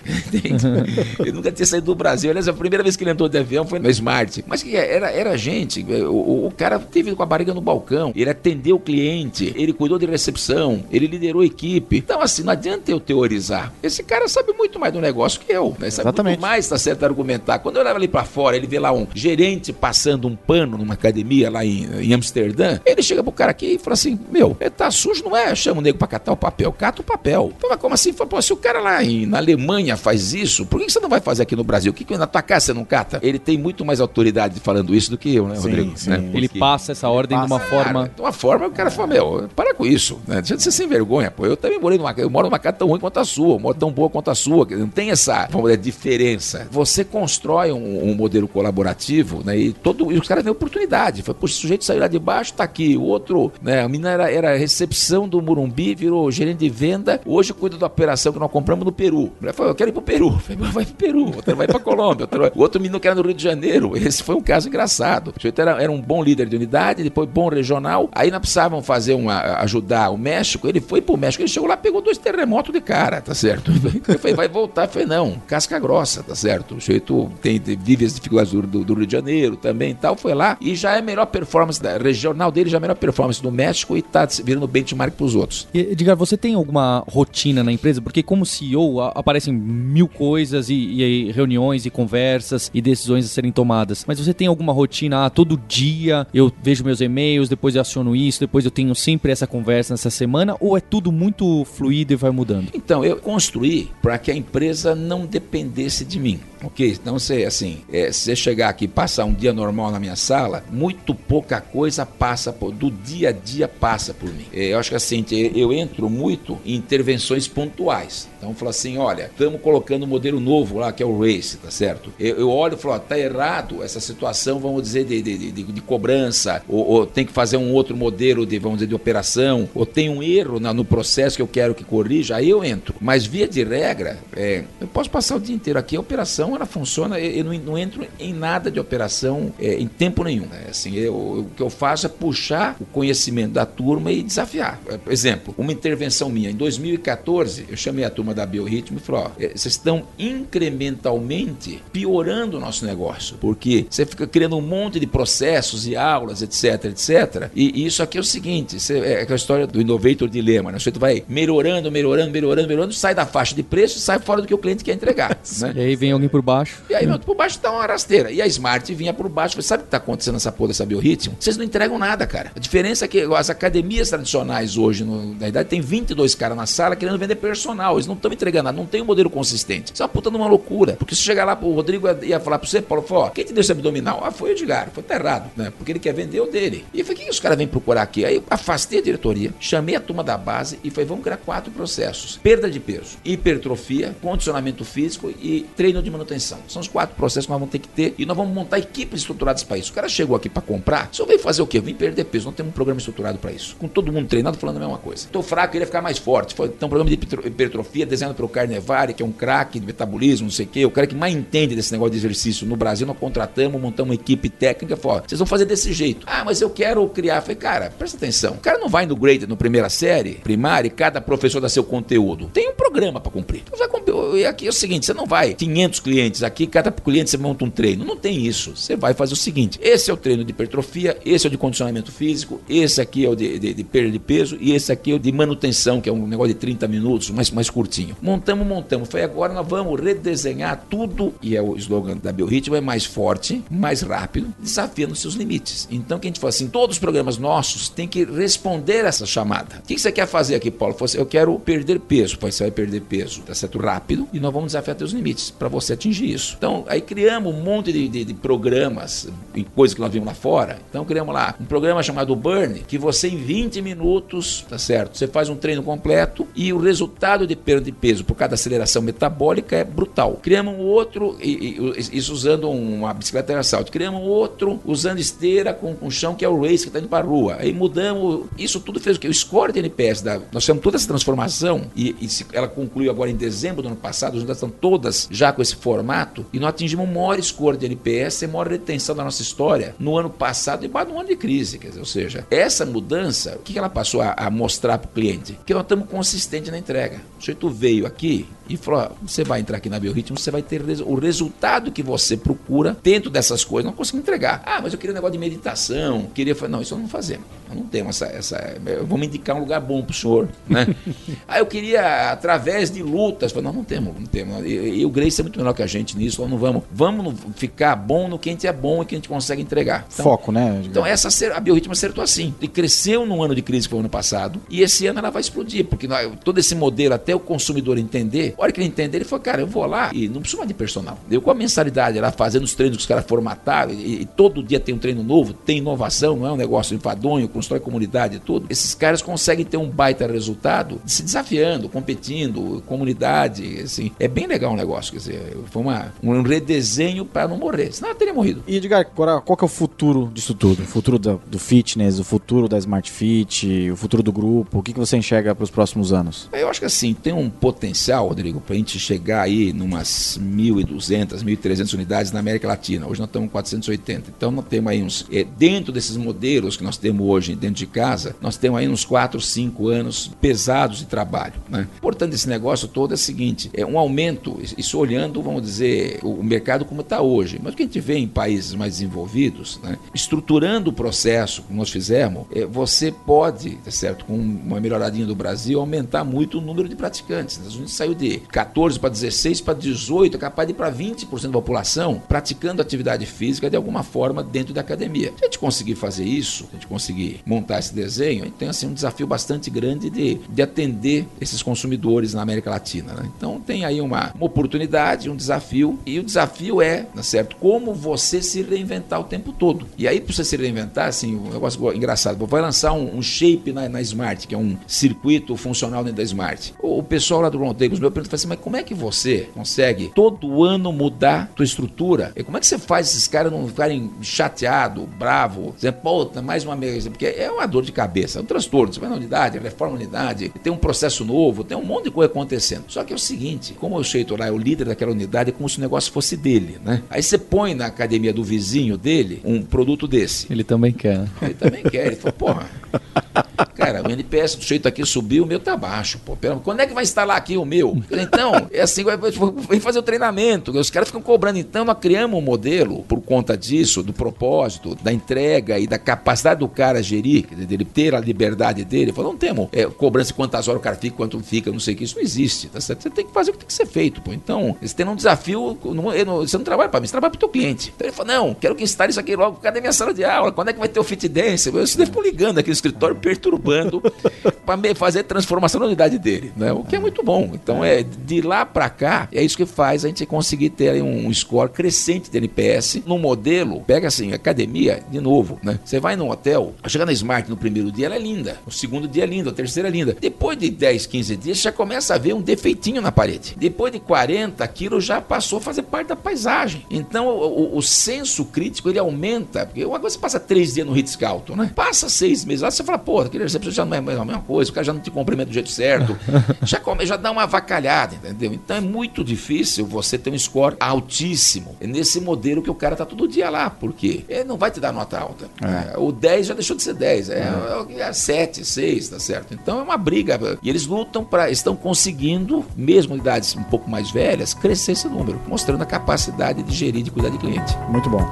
Ele nunca tinha saído do Brasil. Aliás, a primeira vez que ele entrou de avião foi no Smart. Mas que era gente, o cara teve com a barriga no balcão, ele atendeu o cliente, ele cuidou de recepção, ele liderou a equipe. Então, assim, não adianta eu teorizar. Esse cara sabe muito mais do negócio que eu, né? Sabe Exatamente. muito mais, tá certo, argumentar. Quando eu levo ali pra fora, ele vê lá um gerente passando um pano numa academia lá em Amsterdã, ele chega pro cara aqui e fala assim, meu, tá sujo, não é? Chama o nego pra catar o papel, cata o papel. Fala, como assim? Fala, pô, se o cara lá na Alemanha faz isso, por que você não vai fazer aqui no Brasil? Que na tua casa você não cata? Ele tem muito mais autoridade falando isso do que eu, né, Rodrigo? Sim. Né? Ele passa essa ordem de uma forma... De uma forma, o cara fala, meu, para com isso, né? Deixa de ser sem vergonha, pô. Eu também eu moro numa casa tão ruim quanto a sua, eu moro tão boa quanto a sua, não tem essa, vamos dizer, diferença. Você constrói um modelo colaborativo, né? E os caras têm oportunidade. Foi, poxa, o sujeito saiu lá de baixo, tá aqui. O outro, né? A menina era recepção do Morumbi, virou gerente de venda, hoje cuida da operação que nós compramos no Peru. Ele falou, eu quero ir pro Peru. Eu falei, vai pro Peru, outro vai pra Colômbia, o outro menino que era no Rio de Janeiro. Esse foi um caso engraçado. O sujeito era um bom líder de unidade, depois bom regional. Aí nós precisávamos ajudar o México. Ele foi pro México, ele chegou lá, pegou 2 terremotos de cara, tá certo? Eu falei, vai voltar. Eu falei, não, casca grossa, tá certo? O sujeito vive as dificuldades do Rio de Janeiro também e tal. Foi lá e já é a melhor performance regional dele, já é a melhor performance do México e tá virando benchmark pros outros. E, Edgar, você tem alguma rotina na empresa? Porque como CEO aparecem 1000 coisas e reuniões e conversas e decisões a serem tomadas. Mas você tem alguma rotina? Todo dia eu vejo meus e-mails, depois eu aciono isso, depois eu tenho sempre essa conversa nessa semana, ou é tudo muito fluido e vai mudando? Então, eu construí para que a empresa não dependesse de mim, ok? Então, se você chegar aqui e passar um dia normal na minha sala, muito pouca coisa passa do dia a dia passa por mim. Eu acho que assim, eu entro muito em intervenções pontuais. Então, falo assim, olha, estamos colocando um modelo novo lá, que é o Race, tá certo? Eu olho e falo, tá errado essa situação, vamos dizer, de cobrança, ou tem que fazer um outro modelo de operação, ou tem um erro no processo que eu quero que corrija, aí eu entro. Mas, via de regra, eu posso passar o dia inteiro aqui, a operação, ela funciona, eu não entro em nada de operação em tempo nenhum. Assim, o que eu faço é puxar o conhecimento da turma e desafiar. Por exemplo, uma intervenção minha, em 2014, eu chamei a turma da Biorritmo e falei, vocês estão incrementalmente piorando o nosso negócio, porque você fica criando um monte de processos e aulas, etc, e isso aqui é o seguinte, é aquela história do Innovator Dilemma, né? Você vai melhorando, sai da faixa de preço e sai fora do que o cliente quer entregar. Né? E aí vem alguém por por baixo. E aí, por baixo tá uma rasteira. E a Smart vinha por baixo. Falei, sabe o que tá acontecendo nessa porra dessa Biorritmo? Vocês não entregam nada, cara. A diferença é que as academias tradicionais hoje, na verdade, tem 22 caras na sala querendo vender personal. Eles não estão entregando nada, não tem um modelo consistente. Isso é uma puta de uma loucura. Porque se chegar lá, o Rodrigo ia falar pra você, Paulo, ó, quem te deu esse abdominal? Ah, foi o Edgar. Foi tá errado, né? Porque ele quer vender o dele. E eu falei, o que os caras vêm procurar aqui? Aí eu afastei a diretoria, chamei a turma da base e falei, vamos criar 4 processos. Perda de peso, hipertrofia, condicionamento físico e treino de manutenção. São os 4 processos que nós vamos ter que ter e nós vamos montar equipes estruturadas para isso. O cara chegou aqui para comprar, só veio fazer o quê? Vim perder peso. Não temos um programa estruturado para isso. Com todo mundo treinado falando a mesma coisa. Tô fraco, queria ficar mais forte. Tem um programa de hipertrofia desenhado pelo Carnevale, que é um craque de metabolismo, não sei o quê. O cara que mais entende desse negócio de exercício no Brasil, nós contratamos, montamos uma equipe técnica, falou, vocês vão fazer desse jeito. Ah, mas eu quero criar. Falei, cara, presta atenção. O cara não vai no grade, no primeira série, primária, e cada professor dá seu conteúdo. Tem um programa para cumprir. Você vai cumprir. E aqui é o seguinte, você não vai 500 clientes aqui, cada cliente você monta um treino. Não tem isso. Você vai fazer o seguinte, esse é o treino de hipertrofia, esse é o de condicionamento físico, esse aqui é o de perda de peso e esse aqui é o de manutenção, que é um negócio de 30 minutos, mais curtinho. Montamos. Foi agora nós vamos redesenhar tudo, e é o slogan da Biorritmo, é mais forte, mais rápido, desafiando seus limites. Então, que a gente fala assim, todos os programas nossos têm que responder essa chamada. O que você quer fazer aqui, Paulo? Eu quero perder peso. Você vai perder peso, tá certo? Rápido, e nós vamos desafiar teus limites para você atingir isso. Então, aí criamos um monte de programas, coisas que nós vimos lá fora. Então, criamos lá um programa chamado Burn, que você em 20 minutos, tá certo? Você faz um treino completo e o resultado de perda de peso por cada aceleração metabólica é brutal. Criamos um outro, isso usando uma bicicleta assalto. Criamos um outro usando esteira com chão, que é o race que está indo para a rua. Aí mudamos, isso tudo fez o quê? O score de NPS, nós fizemos toda essa transformação e ela concluiu agora em dezembro do ano passado, as unidades estão todas já com esse formato e nós atingimos o maior score de NPS e a maior retenção da nossa história no ano passado, debaixo de um ano de crise. Quer dizer, ou seja, essa mudança, o que ela passou a mostrar para o cliente? Que nós estamos consistentes na entrega. O sujeito veio aqui e falou, você vai entrar aqui na Biorritmo, você vai ter o resultado que você procura dentro dessas coisas, não conseguimos entregar. Ah, mas eu queria um negócio de meditação, não, isso nós não fazemos. Nós não temos vamos indicar um lugar bom pro senhor, né? Ah, eu queria, através de lutas, nós não temos. E o Grace é muito melhor que a gente nisso, nós não vamos ficar bom no que a gente é bom e que a gente consegue entregar. Então, foco, né? Então a Biorritmo acertou assim. E cresceu num ano de crise que foi o ano passado, e esse ano ela vai explodir, porque todo esse modelo, até o consumidor entender, a hora que ele entender, ele falou, cara, eu vou lá e não preciso mais de personal. Eu com a mensalidade lá, fazendo os treinos que os caras formataram, e todo dia tem um treino novo, tem inovação, não é um negócio enfadonho, constrói comunidade e tudo. Esses caras conseguem ter um baita resultado se desafiando, competindo, comunidade, assim. É bem legal o negócio, quer dizer, foi um redesenho para não morrer, senão ela teria morrido. E Edgar, agora qual que é o futuro disso tudo? O futuro do fitness, o futuro da Smart Fit, o futuro do grupo, o que você enxerga para os próximos anos? Eu acho que assim, tem um potencial, Rodrigo, para a gente chegar aí numas 1.200, 1.300 unidades na América Latina. Hoje nós estamos com 480. Então nós temos aí dentro desses modelos que nós temos hoje dentro de casa, nós temos aí uns 4, 5 anos pesados de trabalho, né? Portanto, esse negócio todo é o seguinte, é um aumento, isso olhando, vamos dizer, o mercado como está hoje. Mas o que a gente vê em países mais desenvolvidos, né? Estruturando o processo, como nós fizemos, você pode, tá certo, com uma melhoradinha do Brasil, aumentar muito o número de praticantes. A gente saiu de 14 para 16 para 18, é capaz de ir para 20% da população praticando atividade física de alguma forma dentro da academia. Se a gente conseguir fazer isso, se a gente conseguir montar esse desenho, a gente tem assim, um desafio bastante grande de atender esses consumidores na América Latina, né? Então tem aí uma oportunidade, um desafio, e o desafio é, tá certo, como você se reinventar o tempo todo. E aí, para você se reinventar, assim, um negócio engraçado, vai lançar um shape na Smart, que é um circuito funcional dentro da Smart. O pessoal lá do Roundtable, os meus perguntam assim, mas como é que você consegue todo ano mudar tua estrutura? E como é que você faz esses caras não ficarem chateados, bravos, dizendo, pô, mais uma vez, porque é uma dor de cabeça, é um transtorno. Você vai na unidade, reforma a unidade, tem um processo novo, tem um monte de coisa acontecendo. Só que é o seguinte, como o Sheito lá é o líder daquela unidade, é como se o negócio fosse dele, né? Aí você põe na academia do vizinho dele um produto desse. Ele também quer, né? Ele também quer. Ele falou, porra, cara, o NPS do Sheito aqui subiu, o meu tá baixo, pô. Quando é que vai instalar aqui o meu? Então, é assim, vai fazer o treinamento, os caras ficam cobrando. Então, nós criamos um modelo por conta disso, do propósito, da entrega e da capacidade do cara gerir, dele ter a liberdade dele. Ele falou, não temos cobrança de quantas horas o cara fica, quanto fica, não sei o que, isso não existe, tá certo? Você tem que fazer o que tem que ser feito, pô. Então, você tem um desafio, você não trabalha para mim, você trabalha para o teu cliente. Então ele falou, não, quero que instale isso aqui logo, cadê minha sala de aula? Quando é que vai ter o fit dance? Você deve estar ligando aqui no escritório, perturbando para fazer transformação na unidade dele, né? O que é muito bom. Então, de lá para cá, é isso que faz a gente conseguir ter aí um score crescente de NPS num modelo, pega assim, academia, de novo, né? Você vai num hotel, chega na Smart no primeiro dia, ela é linda, no segundo dia é linda, no terceiro é linda. Depois de 10, 15 dias, você já começa a ver um defeitinho na parede. Depois de 40, aquilo já passou a fazer parte da paisagem. Então, o senso crítico, ele aumenta, porque uma coisa você passa 3 dias no Ritz-Carlton, né? Passa 6 meses lá, você fala, pô, aquele recepção já não é a mesma coisa, o cara já não te cumprimenta do jeito certo, já dá uma avacalhada, entendeu? Então, é muito difícil você ter um score altíssimo nesse modelo que o cara tá todo dia lá, porque ele não vai te dar nota alta. O 10 já deixou de ser 10, é 7, 6, tá certo? Então, é uma briga, e eles lutam estão conseguindo, mesmo em idades um pouco mais velhas, crescer esse número, mostrando a capacidade de gerir, de cuidar de cliente. Muito bom.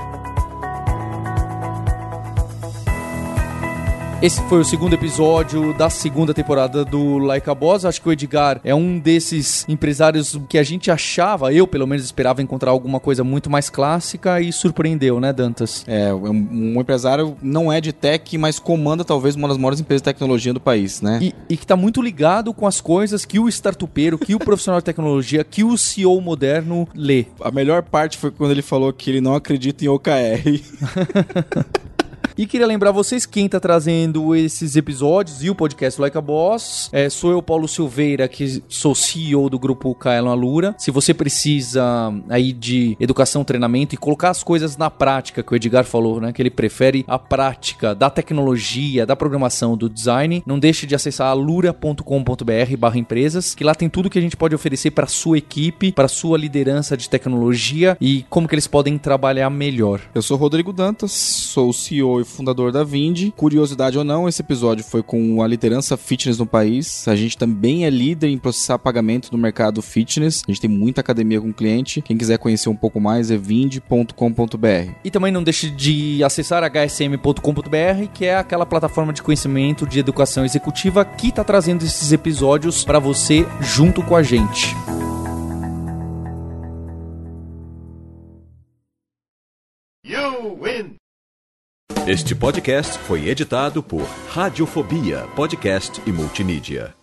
Esse foi o segundo episódio da segunda temporada do Like a Boss. Acho que o Edgar é um desses empresários que a gente achava, eu pelo menos esperava encontrar alguma coisa muito mais clássica e surpreendeu, né, Dantas? Um empresário não é de tech, mas comanda talvez uma das maiores empresas de tecnologia do país, né? E que está muito ligado com as coisas que o startupeiro, que o profissional de tecnologia, que o CEO moderno lê. A melhor parte foi quando ele falou que ele não acredita em OKR. E queria lembrar vocês, quem está trazendo esses episódios e o podcast Like a Boss, sou eu, Paulo Silveira, que sou CEO do grupo Kaelon Alura. Se você precisa aí de educação, treinamento e colocar as coisas na prática, que o Edgar falou, né, que ele prefere a prática da tecnologia, da programação, do design, não deixe de acessar alura.com.br/empresas, que lá tem tudo que a gente pode oferecer para sua equipe, para sua liderança de tecnologia e como que eles podem trabalhar melhor. Eu sou Rodrigo Dantas, sou o CEO e fundador da Vindi. Curiosidade ou não, esse episódio foi com a liderança fitness no país. A gente também é líder em processar pagamento no mercado fitness. A gente tem muita academia com cliente. Quem quiser conhecer um pouco mais é vindi.com.br. E também não deixe de acessar hsm.com.br, que é aquela plataforma de conhecimento de educação executiva que está trazendo esses episódios para você junto com a gente. You win! Este podcast foi editado por Radiofobia, podcast e multimídia.